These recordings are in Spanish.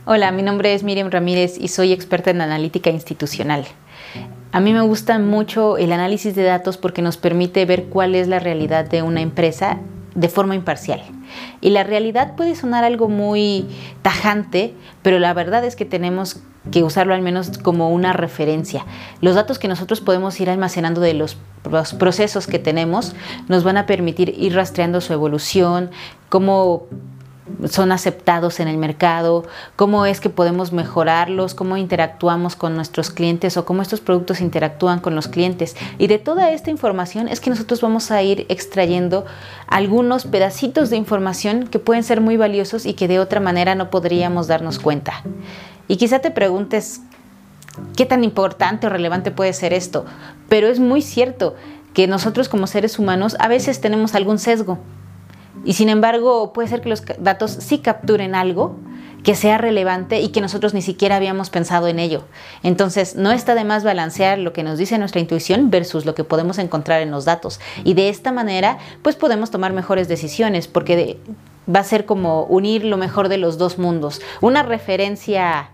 Hola, mi nombre es Miriam Ramírez y soy experta en analítica institucional. A mí me gusta mucho el análisis de datos porque nos permite ver cuál es la realidad de una empresa de forma imparcial. Y la realidad puede sonar algo muy tajante, pero la verdad es que tenemos que usarlo al menos como una referencia. Los datos que nosotros podemos ir almacenando de los procesos que tenemos nos van a permitir ir rastreando su evolución, cómo son aceptados en el mercado, cómo es que podemos mejorarlos, cómo interactuamos con nuestros clientes o cómo estos productos interactúan con los clientes. Y de toda esta información es que nosotros vamos a ir extrayendo algunos pedacitos de información que pueden ser muy valiosos y que de otra manera no podríamos darnos cuenta. Y quizá te preguntes, ¿qué tan importante o relevante puede ser esto? Pero es muy cierto que nosotros como seres humanos a veces tenemos algún sesgo. Y sin embargo, puede ser que los datos sí capturen algo que sea relevante y que nosotros ni siquiera habíamos pensado en ello. Entonces, no está de más balancear lo que nos dice nuestra intuición versus lo que podemos encontrar en los datos. Y de esta manera, pues podemos tomar mejores decisiones, porque va a ser como unir lo mejor de los dos mundos. Una referencia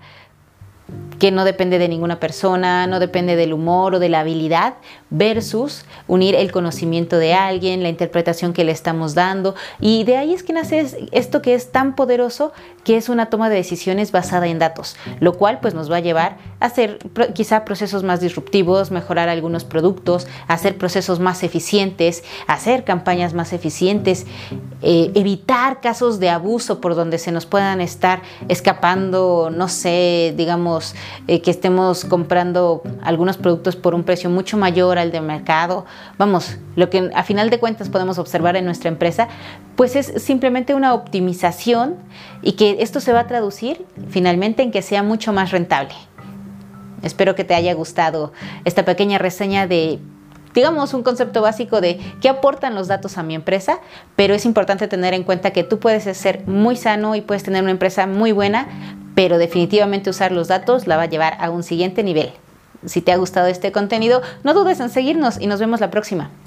que no depende de ninguna persona, no depende del humor o de la habilidad, versus unir el conocimiento de alguien, la interpretación que le estamos dando. Y de ahí es que nace esto que es tan poderoso, que es una toma de decisiones basada en datos, lo cual pues nos va a llevar a hacer quizá procesos más disruptivos, mejorar algunos productos, hacer procesos más eficientes, hacer campañas más eficientes, evitar casos de abuso por donde se nos puedan estar escapando, no sé, digamos, que estemos comprando algunos productos por un precio mucho mayor al de mercado. Vamos, lo que a final de cuentas podemos observar en nuestra empresa, pues es simplemente una optimización y que esto se va a traducir finalmente en que sea mucho más rentable. Espero que te haya gustado esta pequeña reseña de, digamos, un concepto básico de qué aportan los datos a mi empresa, pero es importante tener en cuenta que tú puedes ser muy sano y puedes tener una empresa muy buena, pero definitivamente usar los datos la va a llevar a un siguiente nivel. Si te ha gustado este contenido, no dudes en seguirnos y nos vemos la próxima.